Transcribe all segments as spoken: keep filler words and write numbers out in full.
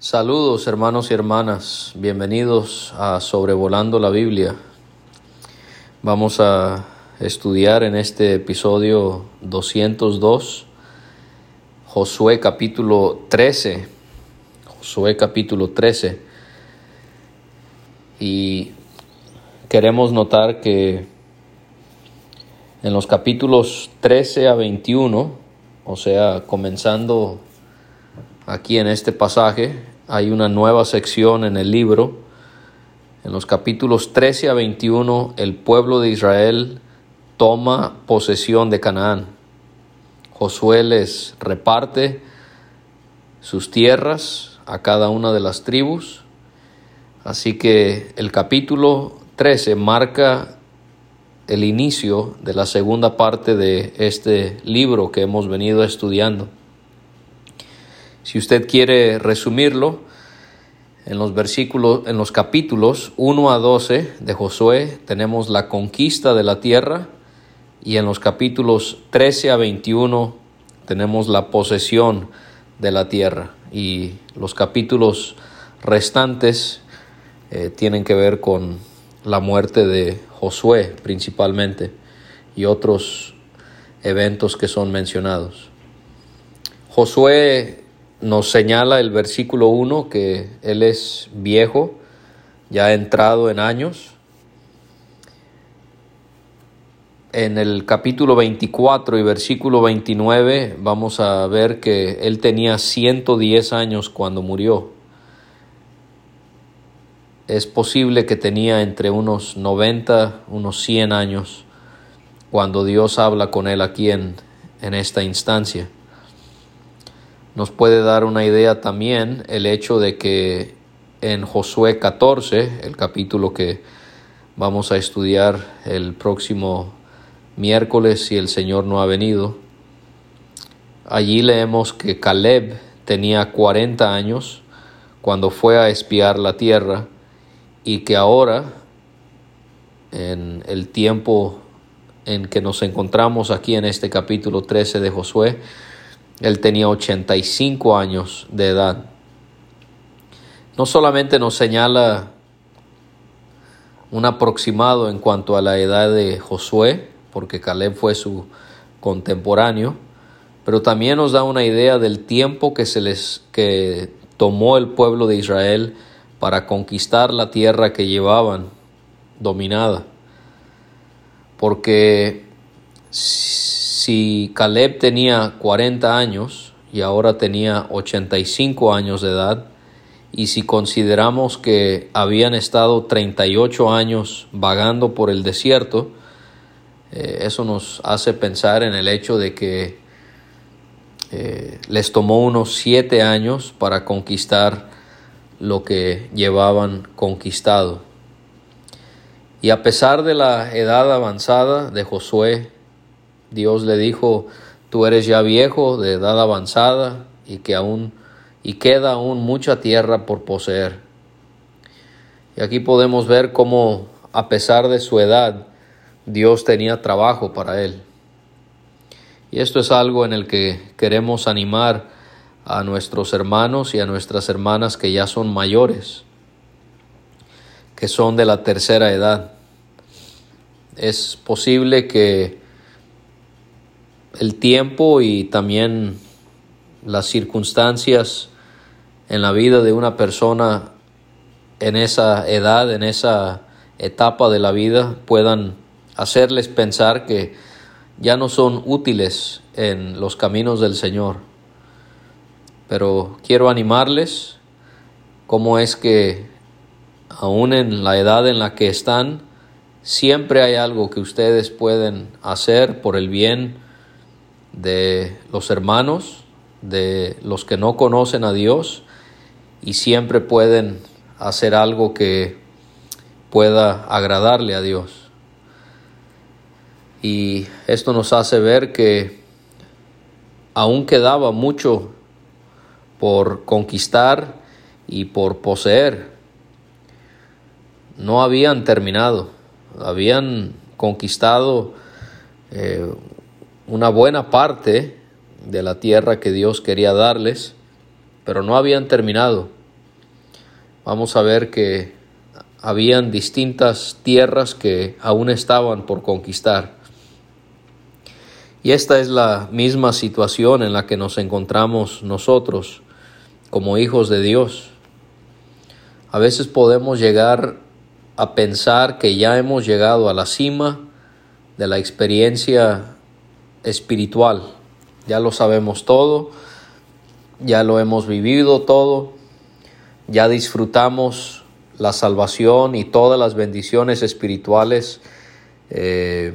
Saludos hermanos y hermanas, bienvenidos a Sobrevolando la Biblia. Vamos a estudiar en este episodio doscientos dos, Josué capítulo trece, Josué capítulo trece. Y queremos notar que en los capítulos trece a veintiuno, o sea, comenzando aquí en este pasaje, hay una nueva sección en el libro. En los capítulos trece a veintiuno, el pueblo de Israel toma posesión de Canaán. Josué les reparte sus tierras a cada una de las tribus. Así que el capítulo trece marca el inicio de la segunda parte de este libro que hemos venido estudiando. Si usted quiere resumirlo, en los versículos, en los capítulos uno a doce de Josué tenemos la conquista de la tierra, y en los capítulos trece a veintiuno tenemos la posesión de la tierra, y los capítulos restantes eh, tienen que ver con la muerte de Josué principalmente y otros eventos que son mencionados. Josué nos señala el versículo uno que él es viejo, ya entrado en años. En el capítulo veinticuatro y versículo veintinueve vamos a ver que él tenía ciento diez años cuando murió. Es posible que tenía entre unos noventa, unos cien años cuando Dios habla con él aquí en, en esta instancia. Nos puede dar una idea también el hecho de que en Josué catorce, el capítulo que vamos a estudiar el próximo miércoles si el Señor no ha venido, allí leemos que Caleb tenía cuarenta años cuando fue a espiar la tierra, y que ahora, en el tiempo en que nos encontramos aquí en este capítulo trece de Josué, él tenía ochenta y cinco años de edad. No solamente nos señala un aproximado en cuanto a la edad de Josué, porque Caleb fue su contemporáneo, pero también nos da una idea del tiempo que se les que tomó el pueblo de Israel para conquistar la tierra que llevaban dominada. Porque si Caleb tenía cuarenta años y ahora tenía ochenta y cinco años de edad, y si consideramos que habían estado treinta y ocho años vagando por el desierto, eh, eso nos hace pensar en el hecho de que eh, les tomó unos siete años para conquistar lo que llevaban conquistado. Y a pesar de la edad avanzada de Josué, Dios le dijo: tú eres ya viejo, de edad avanzada, y que aún y queda aún mucha tierra por poseer. Y aquí podemos ver cómo, a pesar de su edad, Dios tenía trabajo para él. Y esto es algo en el que queremos animar a nuestros hermanos y a nuestras hermanas que ya son mayores, que son de la tercera edad. Es posible que el tiempo y también las circunstancias en la vida de una persona en esa edad, en esa etapa de la vida, puedan hacerles pensar que ya no son útiles en los caminos del Señor. Pero quiero animarles cómo es que aún en la edad en la que están, siempre hay algo que ustedes pueden hacer por el bien de los hermanos, de los que no conocen a Dios, y siempre pueden hacer algo que pueda agradarle a Dios. Y esto nos hace ver que aún quedaba mucho por conquistar y por poseer. No habían terminado, habían conquistado eh, una buena parte de la tierra que Dios quería darles, pero no habían terminado. vamos a ver que habían distintas tierras que aún estaban por conquistar. Y esta es la misma situación en la que nos encontramos nosotros como hijos de Dios. A veces podemos llegar a pensar que ya hemos llegado a la cima de la experiencia espiritual. Ya lo sabemos todo, ya lo hemos vivido todo, ya disfrutamos la salvación y todas las bendiciones espirituales eh,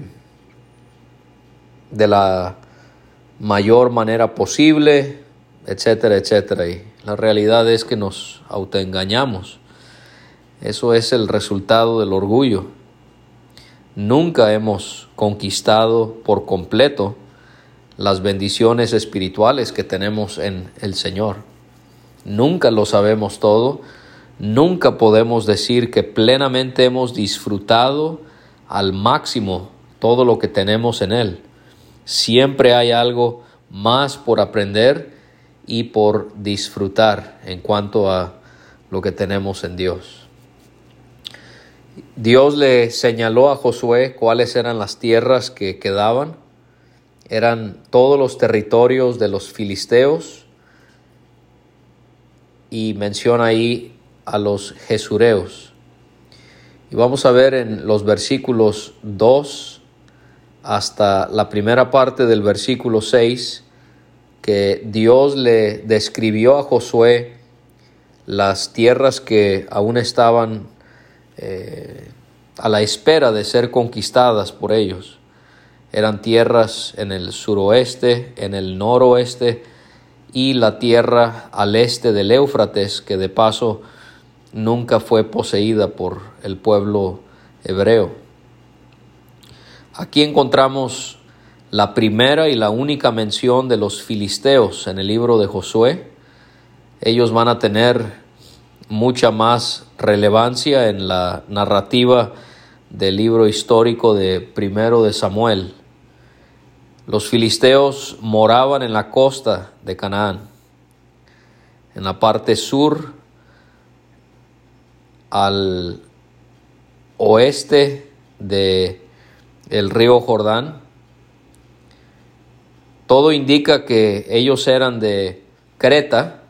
de la mayor manera posible, etcétera, etcétera. Y la realidad es que nos autoengañamos. Eso es el resultado del orgullo. Nunca hemos conquistado por completo las bendiciones espirituales que tenemos en el Señor. Nunca lo sabemos todo. Nunca podemos decir que plenamente hemos disfrutado al máximo todo lo que tenemos en Él. Siempre hay algo más por aprender y por disfrutar en cuanto a lo que tenemos en Dios. Dios le señaló a Josué cuáles eran las tierras que quedaban. Eran todos los territorios de los filisteos y menciona ahí a los gesureos. Y vamos a ver en los versículos dos hasta la primera parte del versículo seis que Dios le describió a Josué las tierras que aún estaban eh, a la espera de ser conquistadas por ellos. Eran tierras en el suroeste, en el noroeste y la tierra al este del Éufrates, que de paso nunca fue poseída por el pueblo hebreo. Aquí encontramos la primera y la única mención de los filisteos en el libro de Josué. Ellos van a tener mucha más relevancia en la narrativa del libro histórico de Primero de Samuel. Los filisteos moraban en la costa de Canaán, en la parte sur, al oeste de el río Jordán. Todo indica que ellos eran de Creta,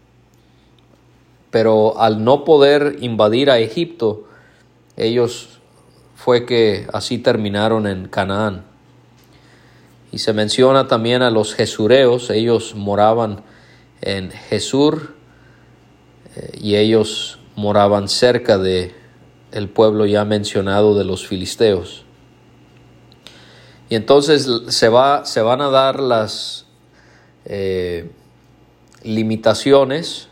pero al no poder invadir a Egipto, ellos fue que así terminaron en Canaán. Y se menciona también a los gesureos. Ellos moraban en Jesur eh, y ellos moraban cerca de el pueblo ya mencionado de los filisteos. Y entonces se, va, se van a dar las eh, limitaciones,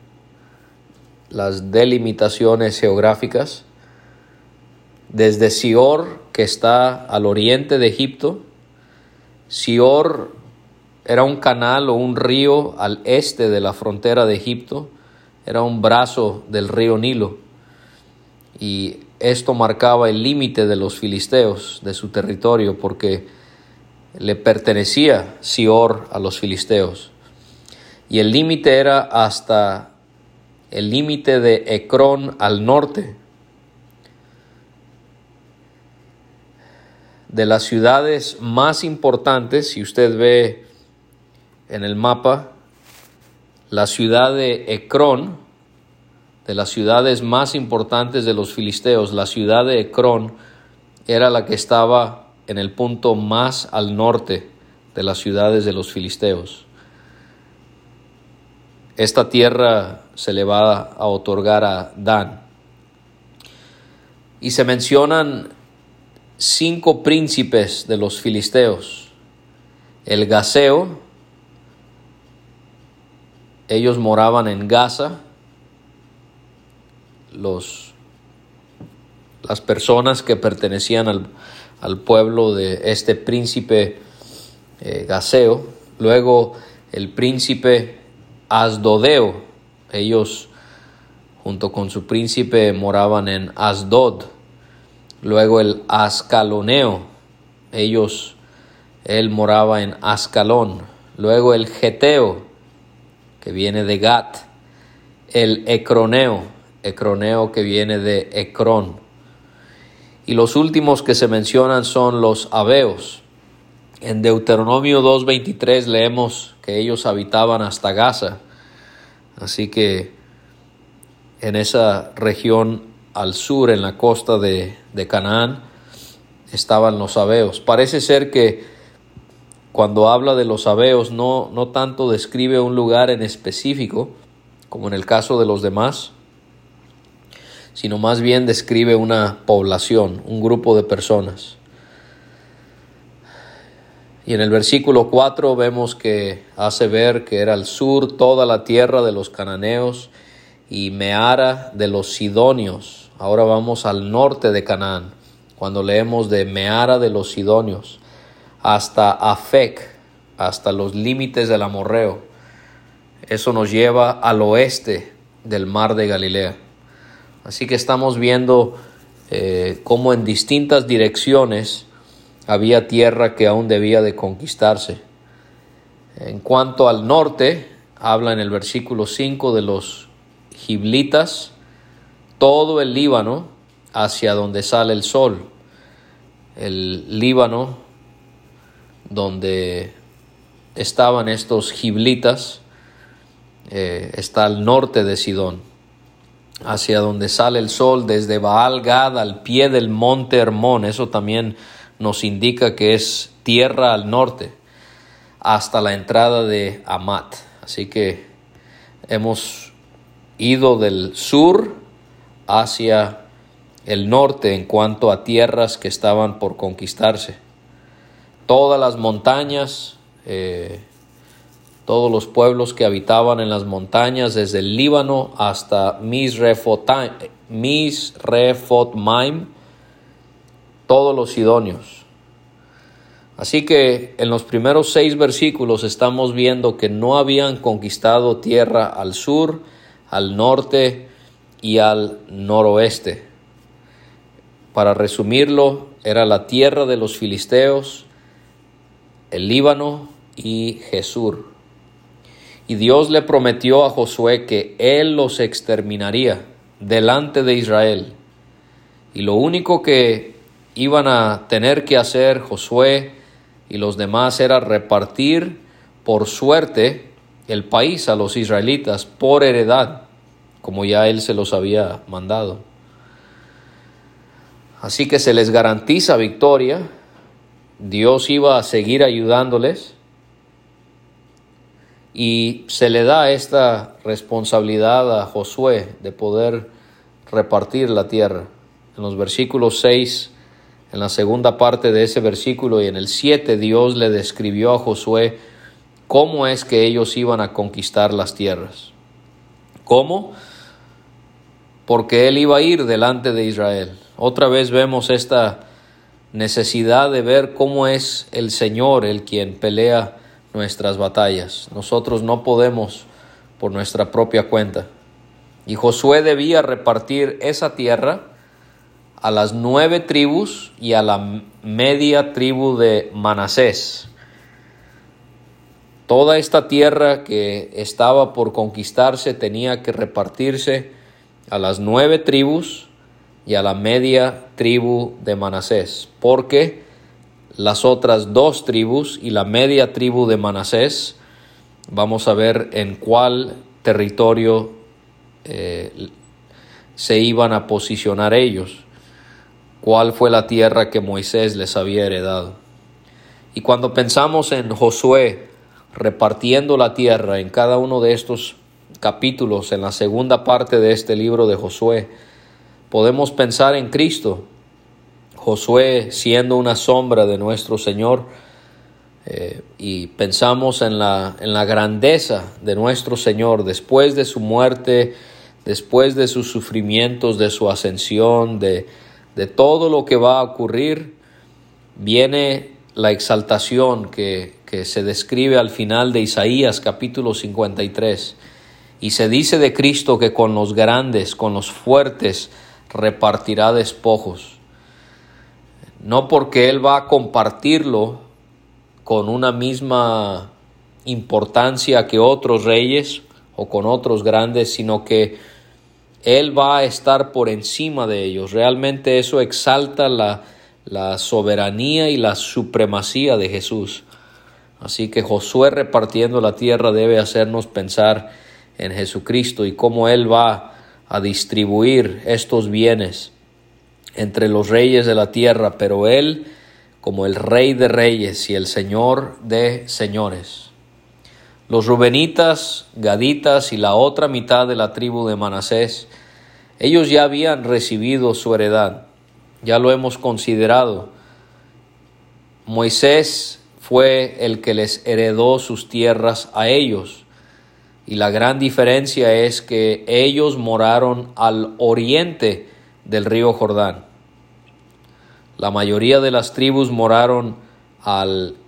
las delimitaciones geográficas, desde Sior, que está al oriente de Egipto. Sior era un canal o un río al este de la frontera de Egipto, era un brazo del río Nilo, y esto marcaba el límite de los filisteos, de su territorio, porque le pertenecía Sior a los filisteos. Y el límite era hasta el límite de Ecrón al norte. De las ciudades más importantes, si usted ve en el mapa, la ciudad de Ecrón, de las ciudades más importantes de los filisteos, la ciudad de Ecrón era la que estaba en el punto más al norte de las ciudades de los filisteos. Esta tierra se le va a otorgar a Dan. Y se mencionan cinco príncipes de los filisteos. El Gaseo, ellos moraban en Gaza. Los, las personas que pertenecían al, al pueblo de este príncipe eh, Gaseo. Luego el príncipe Asdodeo. Ellos junto con su príncipe moraban en Asdod. Luego el Ascaloneo. Ellos, él moraba en Ascalón. Luego el Geteo, que viene de Gat. El Ecroneo. ecroneo, que viene de Ecrón. Y los últimos que se mencionan son los Abeos. En Deuteronomio dos veintitrés leemos que ellos habitaban hasta Gaza. Así que en esa región al sur, en la costa de, de Canaán, estaban los Abeos. Parece ser que cuando habla de los Abeos no, no tanto describe un lugar en específico, como en el caso de los demás, sino más bien describe una población, un grupo de personas. Y en el versículo cuatro vemos que hace ver que era al sur toda la tierra de los cananeos y Meara de los sidonios. Ahora vamos al norte de Canaán, cuando leemos de Meara de los sidonios hasta Afec, hasta los límites del amorreo. Eso nos lleva al oeste del mar de Galilea. Así que estamos viendo eh, cómo en distintas direcciones había tierra que aún debía de conquistarse. En cuanto al norte, habla en el versículo cinco de los giblitas, todo el Líbano hacia donde sale el sol. El Líbano, donde estaban estos giblitas, eh, está al norte de Sidón, hacia donde sale el sol, desde Baal Gad al pie del monte Hermón. Eso también nos indica que es tierra al norte, hasta la entrada de Amat. Así que hemos ido del sur hacia el norte en cuanto a tierras que estaban por conquistarse. Todas las montañas, eh, todos los pueblos que habitaban en las montañas, desde el Líbano hasta Misrefotmaim, todos los sidonios. Así que en los primeros seis versículos estamos viendo que no habían conquistado tierra al sur, al norte y al noroeste. Para resumirlo, era la tierra de los filisteos, el Líbano y Jesur. Y Dios le prometió a Josué que él los exterminaría delante de Israel. Y lo único que iban a tener que hacer Josué y los demás era repartir por suerte el país a los israelitas por heredad, como ya él se los había mandado. Así que se les garantiza victoria. Dios iba a seguir ayudándoles y se le da esta responsabilidad a Josué de poder repartir la tierra. En los versículos seis, en la segunda parte de ese versículo y en el siete, Dios le describió a Josué cómo es que ellos iban a conquistar las tierras. ¿Cómo? Porque él iba a ir delante de Israel. Otra vez vemos esta necesidad de ver cómo es el Señor el quien pelea nuestras batallas. Nosotros no podemos por nuestra propia cuenta. Y Josué debía repartir esa tierra a las nueve tribus y a la media tribu de Manasés. Toda esta tierra que estaba por conquistarse tenía que repartirse a las nueve tribus y a la media tribu de Manasés, porque las otras dos tribus y la media tribu de Manasés, vamos a ver en cuál territorio eh, se iban a posicionar ellos, cuál fue la tierra que Moisés les había heredado. Y cuando pensamos en Josué repartiendo la tierra en cada uno de estos capítulos, en la segunda parte de este libro de Josué, podemos pensar en Cristo. Josué siendo una sombra de nuestro Señor, eh, y pensamos en la, en la grandeza de nuestro Señor después de su muerte, después de sus sufrimientos, de su ascensión, de, de todo lo que va a ocurrir. Viene la exaltación que, que se describe al final de Isaías capítulo cincuenta y tres. Y se dice de Cristo que con los grandes, con los fuertes, repartirá despojos. No porque Él va a compartirlo con una misma importancia que otros reyes o con otros grandes, sino que Él va a estar por encima de ellos. Realmente eso exalta la, la soberanía y la supremacía de Jesús. Así que Josué repartiendo la tierra debe hacernos pensar en Jesucristo y cómo Él va a distribuir estos bienes entre los reyes de la tierra, pero Él como el Rey de Reyes y el Señor de Señores. Los rubenitas, gaditas y la otra mitad de la tribu de Manasés, ellos ya habían recibido su heredad, ya lo hemos considerado. Moisés fue el que les heredó sus tierras a ellos. Y la gran diferencia es que ellos moraron al oriente del río Jordán. La mayoría de las tribus moraron al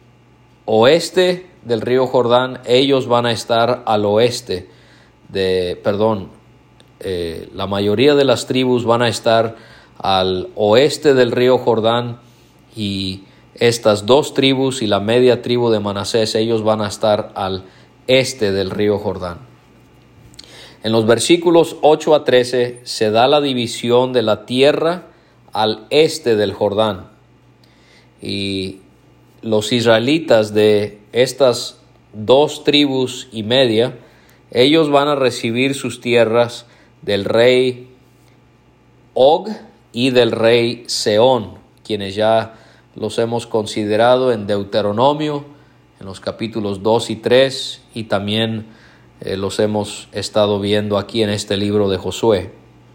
oeste del río Jordán. Ellos van a estar al oeste de, perdón, eh, la mayoría de las tribus van a estar al oeste del río Jordán, y estas dos tribus y la media tribu de Manasés, ellos van a estar al este del río Jordán. En los versículos ocho a trece se da la división de la tierra al este del Jordán. Y los israelitas de estas dos tribus y media, ellos van a recibir sus tierras del rey Og y del rey Sehón, quienes ya los hemos considerado en Deuteronomio, en los capítulos dos y tres, y también eh, los hemos estado viendo aquí en este libro de Josué.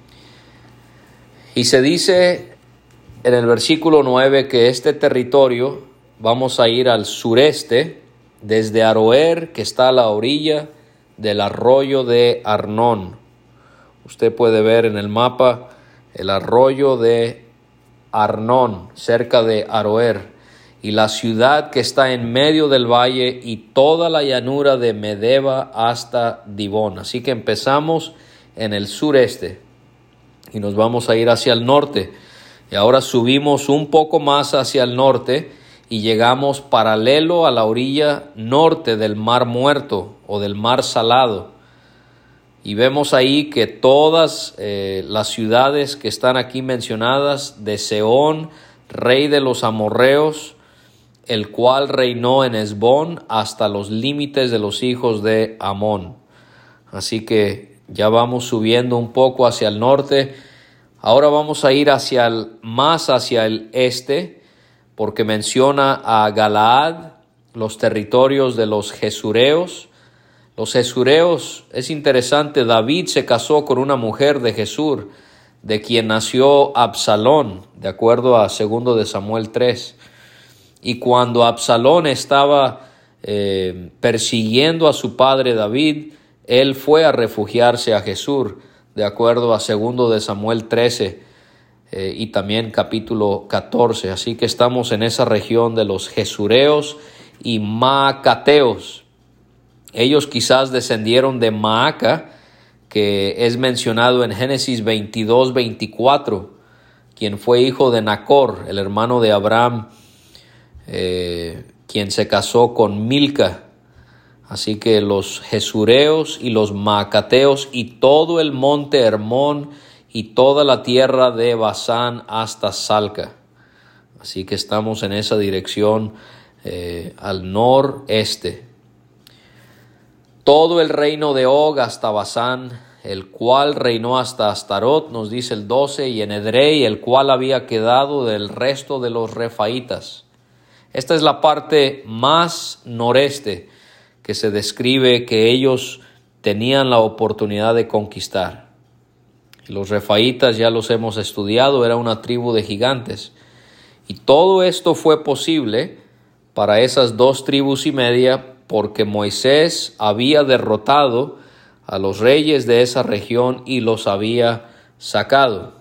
Y se dice en el versículo nueve que este territorio vamos a ir al sureste, desde Aroer, que está a la orilla del arroyo de Arnón. Usted puede ver en el mapa el arroyo de Arnón, cerca de Aroer, y la ciudad que está en medio del valle y toda la llanura de Medeba hasta Dibón. Así que empezamos en el sureste y nos vamos a ir hacia el norte. Y ahora subimos un poco más hacia el norte y llegamos paralelo a la orilla norte del Mar Muerto o del Mar Salado. Y vemos ahí que todas eh, las ciudades que están aquí mencionadas, de Sehón, rey de los amorreos, el cual reinó en Hesbón hasta los límites de los hijos de Amón. Así que ya vamos subiendo un poco hacia el norte. Ahora vamos a ir hacia el, más hacia el este, porque menciona a Galaad, los territorios de los Gesureos. Los Gesureos, es interesante, David se casó con una mujer de Gesur, de quien nació Absalón, de acuerdo a segundo de Samuel tres. Y cuando Absalón estaba eh, persiguiendo a su padre David, él fue a refugiarse a Gesur, de acuerdo a segundo de Samuel trece eh, y también capítulo catorce. Así que estamos en esa región de los Gesureos y Maacateos. Ellos quizás descendieron de Maaca, que es mencionado en Génesis veintidós veinticuatro, quien fue hijo de Nacor, el hermano de Abraham, eh, quien se casó con Milca. Así que los Gesureos y los Maacateos y todo el monte Hermón y toda la tierra de Basán hasta Salca. Así que estamos en esa dirección eh, al noreste. Todo el reino de Og hasta Basán, el cual reinó hasta Astarot, nos dice el doce, y en Edrei, el cual había quedado del resto de los refaitas. Esta es la parte más noreste que se describe que ellos tenían la oportunidad de conquistar. Los refaitas ya los hemos estudiado, era una tribu de gigantes. Y todo esto fue posible para esas dos tribus y media, porque Moisés había derrotado a los reyes de esa región y los había sacado.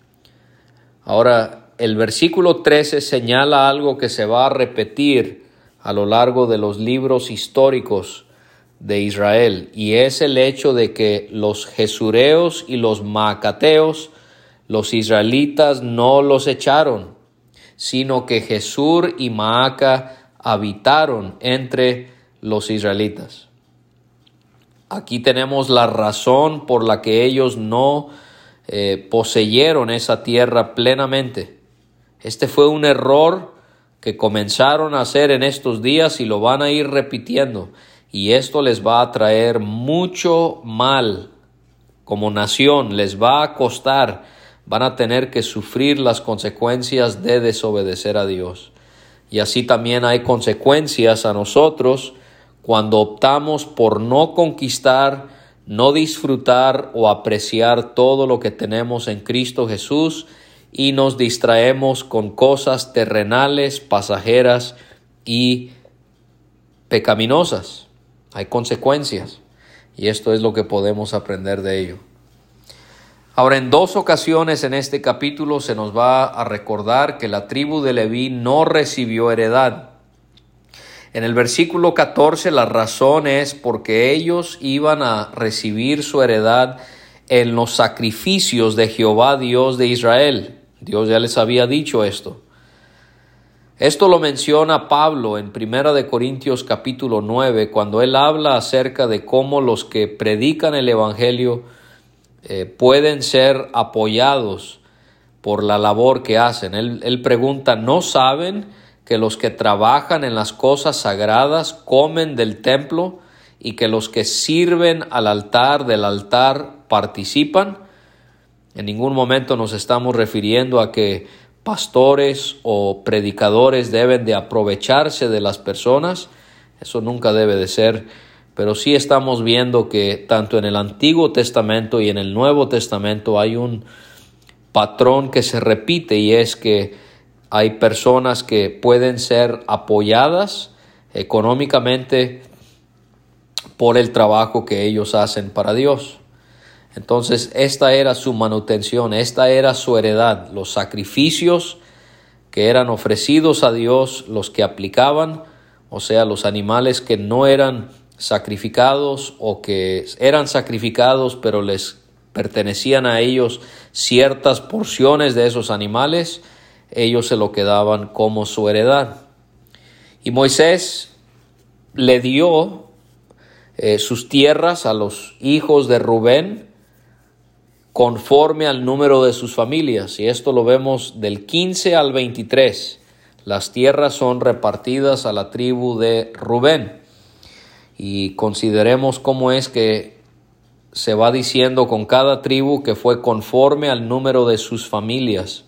Ahora, el versículo trece señala algo que se va a repetir a lo largo de los libros históricos de Israel, y es el hecho de que los Gesureos y los Maacateos, los israelitas no los echaron, sino que Gesur y Maaca habitaron entre los israelitas. Aquí tenemos la razón por la que ellos no eh, poseyeron esa tierra plenamente. Este fue un error que comenzaron a hacer en estos días y lo van a ir repitiendo. Y esto les va a traer mucho mal como nación, les va a costar, van a tener que sufrir las consecuencias de desobedecer a Dios. Y así también hay consecuencias a nosotros cuando optamos por no conquistar, no disfrutar o apreciar todo lo que tenemos en Cristo Jesús y nos distraemos con cosas terrenales, pasajeras y pecaminosas. Hay consecuencias y esto es lo que podemos aprender de ello. Ahora, en dos ocasiones en este capítulo se nos va a recordar que la tribu de Leví no recibió heredad. En el versículo catorce la razón es porque ellos iban a recibir su heredad en los sacrificios de Jehová Dios de Israel. Dios ya les había dicho esto. Esto lo menciona Pablo en Primera de Corintios capítulo nueve, cuando él habla acerca de cómo los que predican el evangelio eh, pueden ser apoyados por la labor que hacen. Él, él pregunta, ¿no saben que los que trabajan en las cosas sagradas comen del templo y que los que sirven al altar del altar participan? En ningún momento nos estamos refiriendo a que pastores o predicadores deben de aprovecharse de las personas. Eso nunca debe de ser. Pero sí estamos viendo que tanto en el Antiguo Testamento y en el Nuevo Testamento hay un patrón que se repite, y es que hay personas que pueden ser apoyadas económicamente por el trabajo que ellos hacen para Dios. Entonces, esta era su manutención, esta era su heredad, los sacrificios que eran ofrecidos a Dios, los que aplicaban, o sea, los animales que no eran sacrificados o que eran sacrificados, pero les pertenecían a ellos ciertas porciones de esos animales, ellos se lo quedaban como su heredad. Y Moisés le dio eh, sus tierras a los hijos de Rubén, conforme al número de sus familias, y esto lo vemos del quince al veintitrés. Las tierras son repartidas a la tribu de Rubén, y consideremos cómo es que se va diciendo con cada tribu que fue conforme al número de sus familias.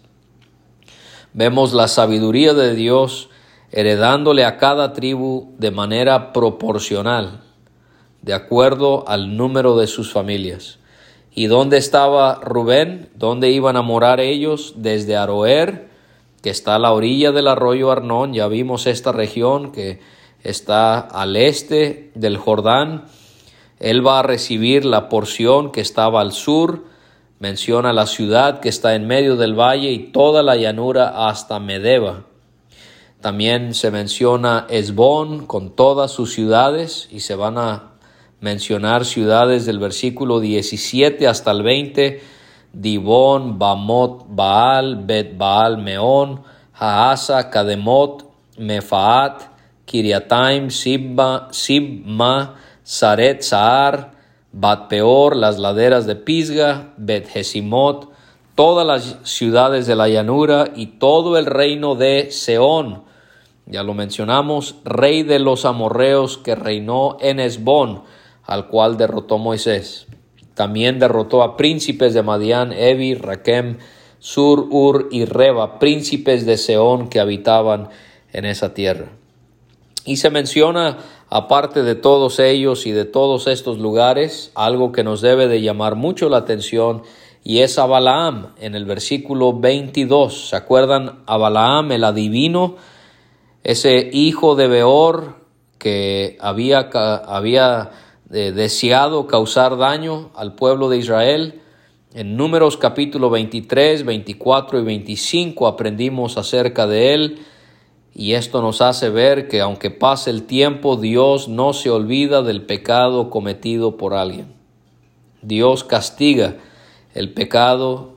Vemos la sabiduría de Dios heredándole a cada tribu de manera proporcional, de acuerdo al número de sus familias. ¿Y dónde estaba Rubén? ¿Dónde iban a morar ellos? Desde Aroer, que está a la orilla del arroyo Arnón. Ya vimos esta región que está al este del Jordán. Él va a recibir la porción que estaba al sur. Menciona la ciudad que está en medio del valle y toda la llanura hasta Medeba. También se menciona Esbón con todas sus ciudades, y se van a mencionar ciudades del versículo diecisiete hasta el veinte: Dibón, Bamot, Baal, Bet Baal, Meón, Haasa, Kademot, Mefaat, Kiriataim, Sibma, Sibma, Saret, Saar, Bat Peor, las laderas de Pisga, Bet Jesimot, todas las ciudades de la llanura y todo el reino de Seón. Ya lo mencionamos, rey de los amorreos que reinó en Esbón, al cual derrotó Moisés. También derrotó a príncipes de Madián, Evi, Raquem, Sur, Ur y Reba, príncipes de Seón que habitaban en esa tierra. Y se menciona, aparte de todos ellos y de todos estos lugares, algo que nos debe de llamar mucho la atención, y es a Balaam en el versículo veintidós. ¿Se acuerdan? A Balaam, el adivino, ese hijo de Beor que había, había eh, deseado causar daño al pueblo de Israel. En Números capítulo veintitrés, veinticuatro y veinticinco aprendimos acerca de él, y esto nos hace ver que aunque pase el tiempo, Dios no se olvida del pecado cometido por alguien. Dios castiga el pecado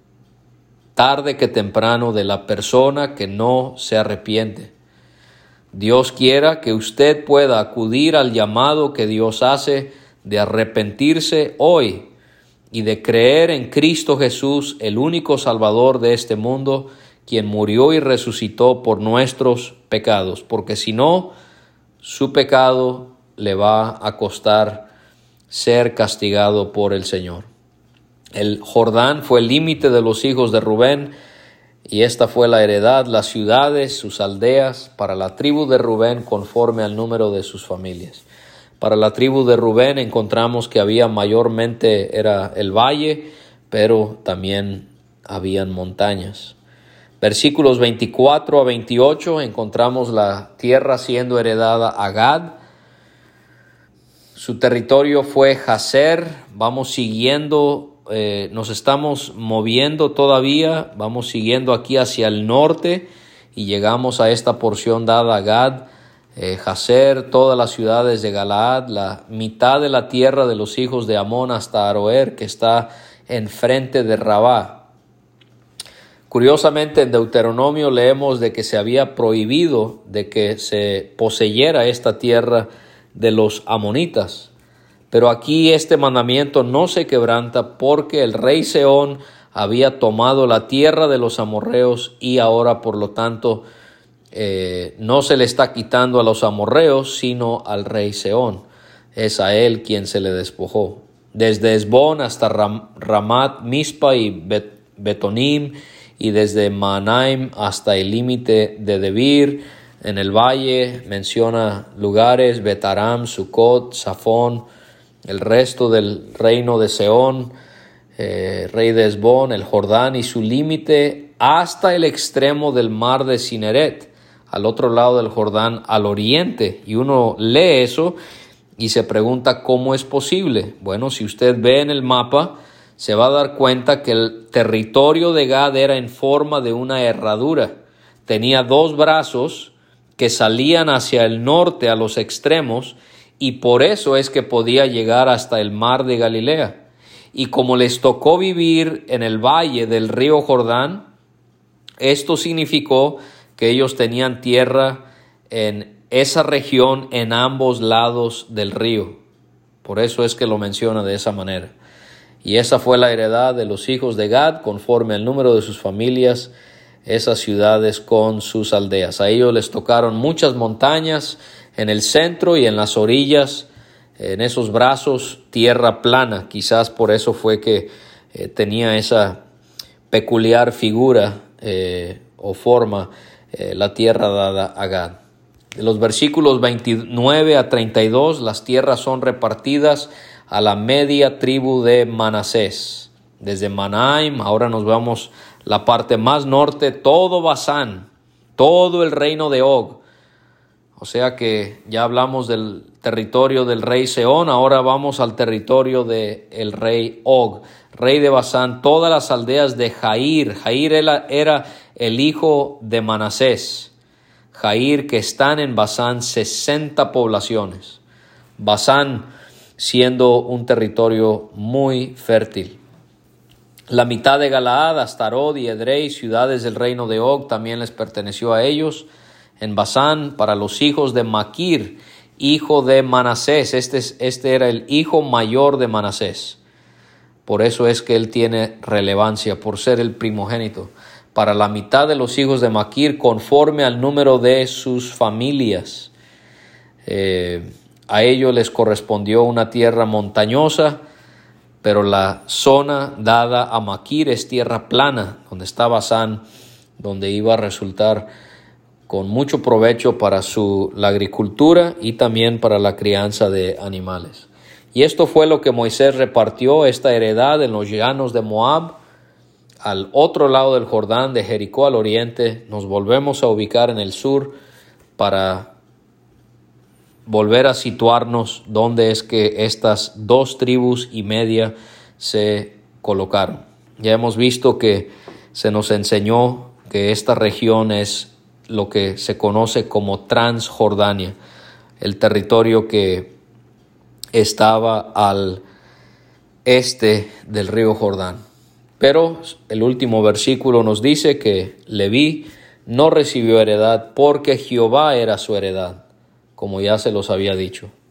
tarde que temprano de la persona que no se arrepiente. Dios quiera que usted pueda acudir al llamado que Dios hace de arrepentirse hoy y de creer en Cristo Jesús, el único Salvador de este mundo, quien murió y resucitó por nuestros pecados, porque si no, su pecado le va a costar ser castigado por el Señor. El Jordán fue el límite de los hijos de Rubén, y esta fue la heredad, las ciudades, sus aldeas, para la tribu de Rubén conforme al número de sus familias. Para la tribu de Rubén encontramos que había mayormente, era el valle, pero también habían montañas. Versículos veinticuatro a veintiocho encontramos la tierra siendo heredada a Gad. Su territorio fue Jazer. Vamos siguiendo, eh, nos estamos moviendo todavía, vamos siguiendo aquí hacia el norte y llegamos a esta porción dada a Gad. Eh, Jazer, todas las ciudades de Galaad, la mitad de la tierra de los hijos de Amón hasta Aroer, que está enfrente de Rabá. Curiosamente, en Deuteronomio leemos de que se había prohibido de que se poseyera esta tierra de los amonitas. Pero aquí este mandamiento no se quebranta porque el rey Sehón había tomado la tierra de los amorreos y ahora, por lo tanto, Eh, no se le está quitando a los amorreos, sino al rey Sehón. Es a él quien se le despojó. Desde Esbón hasta Ram, Ramat, Mispa y Bet, Betonim, y desde Mahanaim hasta el límite de Debir. En el valle menciona lugares, Betaram, Sucot, Safón, el resto del reino de Sehón, eh, rey de Esbón, el Jordán y su límite hasta el extremo del mar de Cineret, al otro lado del Jordán, al oriente. Y uno lee eso y se pregunta cómo es posible. Bueno, si usted ve en el mapa, se va a dar cuenta que el territorio de Gad era en forma de una herradura. Tenía dos brazos que salían hacia el norte a los extremos, y por eso es que podía llegar hasta el mar de Galilea. Y como les tocó vivir en el valle del río Jordán, esto significó que ellos tenían tierra en esa región en ambos lados del río. Por eso es que lo menciona de esa manera. Y esa fue la heredad de los hijos de Gad, conforme al número de sus familias, esas ciudades con sus aldeas. A ellos les tocaron muchas montañas en el centro y en las orillas, en esos brazos, tierra plana. Quizás por eso fue que eh, tenía esa peculiar figura eh, o forma Eh, la tierra dada a Gad. De los versículos veintinueve a treinta y dos, las tierras son repartidas a la media tribu de Manasés. Desde Mahanaim, ahora nos vamos la parte más norte, todo Basán, todo el reino de Og. O sea que ya hablamos del territorio del rey Sehón, ahora vamos al territorio del rey Og, rey de Basán, todas las aldeas de Jair. Jair era, era el hijo de Manasés. Jair, que están en Basán sesenta poblaciones. Basán siendo un territorio muy fértil. La mitad de Galaad, Astarot y Edrei, ciudades del reino de Og, también les perteneció a ellos. En Basán, para los hijos de Maquir, hijo de Manasés. Este, este era el hijo mayor de Manasés. Por eso es que él tiene relevancia, por ser el primogénito. Para la mitad de los hijos de Maquir, conforme al número de sus familias. Eh, a ellos les correspondió una tierra montañosa, pero la zona dada a Maquir es tierra plana, donde está Basán, donde iba a resultar con mucho provecho para su, la agricultura y también para la crianza de animales. Y esto fue lo que Moisés repartió, esta heredad en los llanos de Moab, al otro lado del Jordán, de Jericó al oriente. Nos volvemos a ubicar en el sur para volver a situarnos donde es que estas dos tribus y media se colocaron. Ya hemos visto que se nos enseñó que esta región es lo que se conoce como Transjordania, el territorio que estaba al este del río Jordán. Pero el último versículo nos dice que Leví no recibió heredad porque Jehová era su heredad, como ya se los había dicho.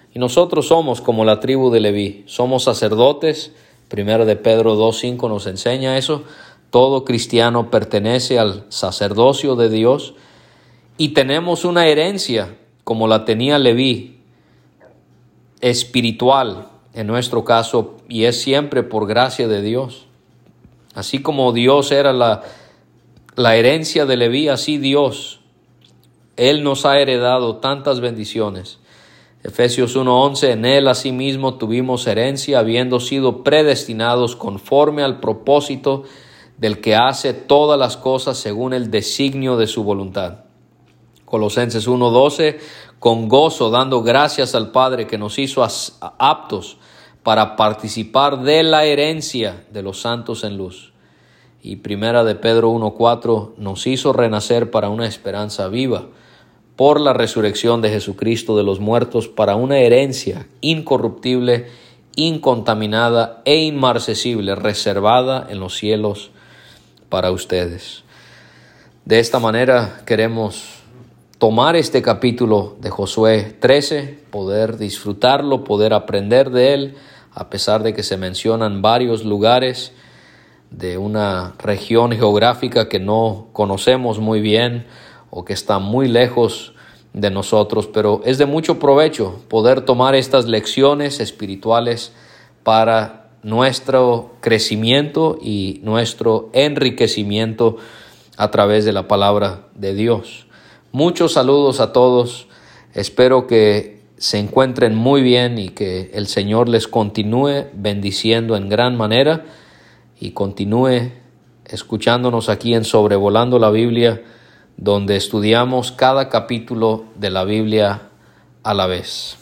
Y nosotros somos como la tribu de Leví, somos sacerdotes. Primero de Pedro dos cinco nos enseña eso. Todo cristiano pertenece al sacerdocio de Dios y tenemos una herencia como la tenía Leví, espiritual en nuestro caso, y es siempre por gracia de Dios. Así como Dios era la, la herencia de Leví, así Dios, Él nos ha heredado tantas bendiciones. Efesios uno once, en Él asimismo tuvimos herencia, habiendo sido predestinados conforme al propósito del que hace todas las cosas según el designio de su voluntad. Colosenses uno doce, con gozo dando gracias al Padre que nos hizo aptos para participar de la herencia de los santos en luz. Y Primera de Pedro uno cuatro, nos hizo renacer para una esperanza viva, por la resurrección de Jesucristo de los muertos, para una herencia incorruptible, incontaminada e inmarcesible, reservada en los cielos para ustedes. De esta manera queremos tomar este capítulo de Josué trece, poder disfrutarlo, poder aprender de él, a pesar de que se mencionan varios lugares de una región geográfica que no conocemos muy bien o que está muy lejos de nosotros, pero es de mucho provecho poder tomar estas lecciones espirituales para nuestro crecimiento y nuestro enriquecimiento a través de la palabra de Dios. Muchos saludos a todos, espero que se encuentren muy bien y que el Señor les continúe bendiciendo en gran manera y continúe escuchándonos aquí en Sobrevolando la Biblia, donde estudiamos cada capítulo de la Biblia a la vez.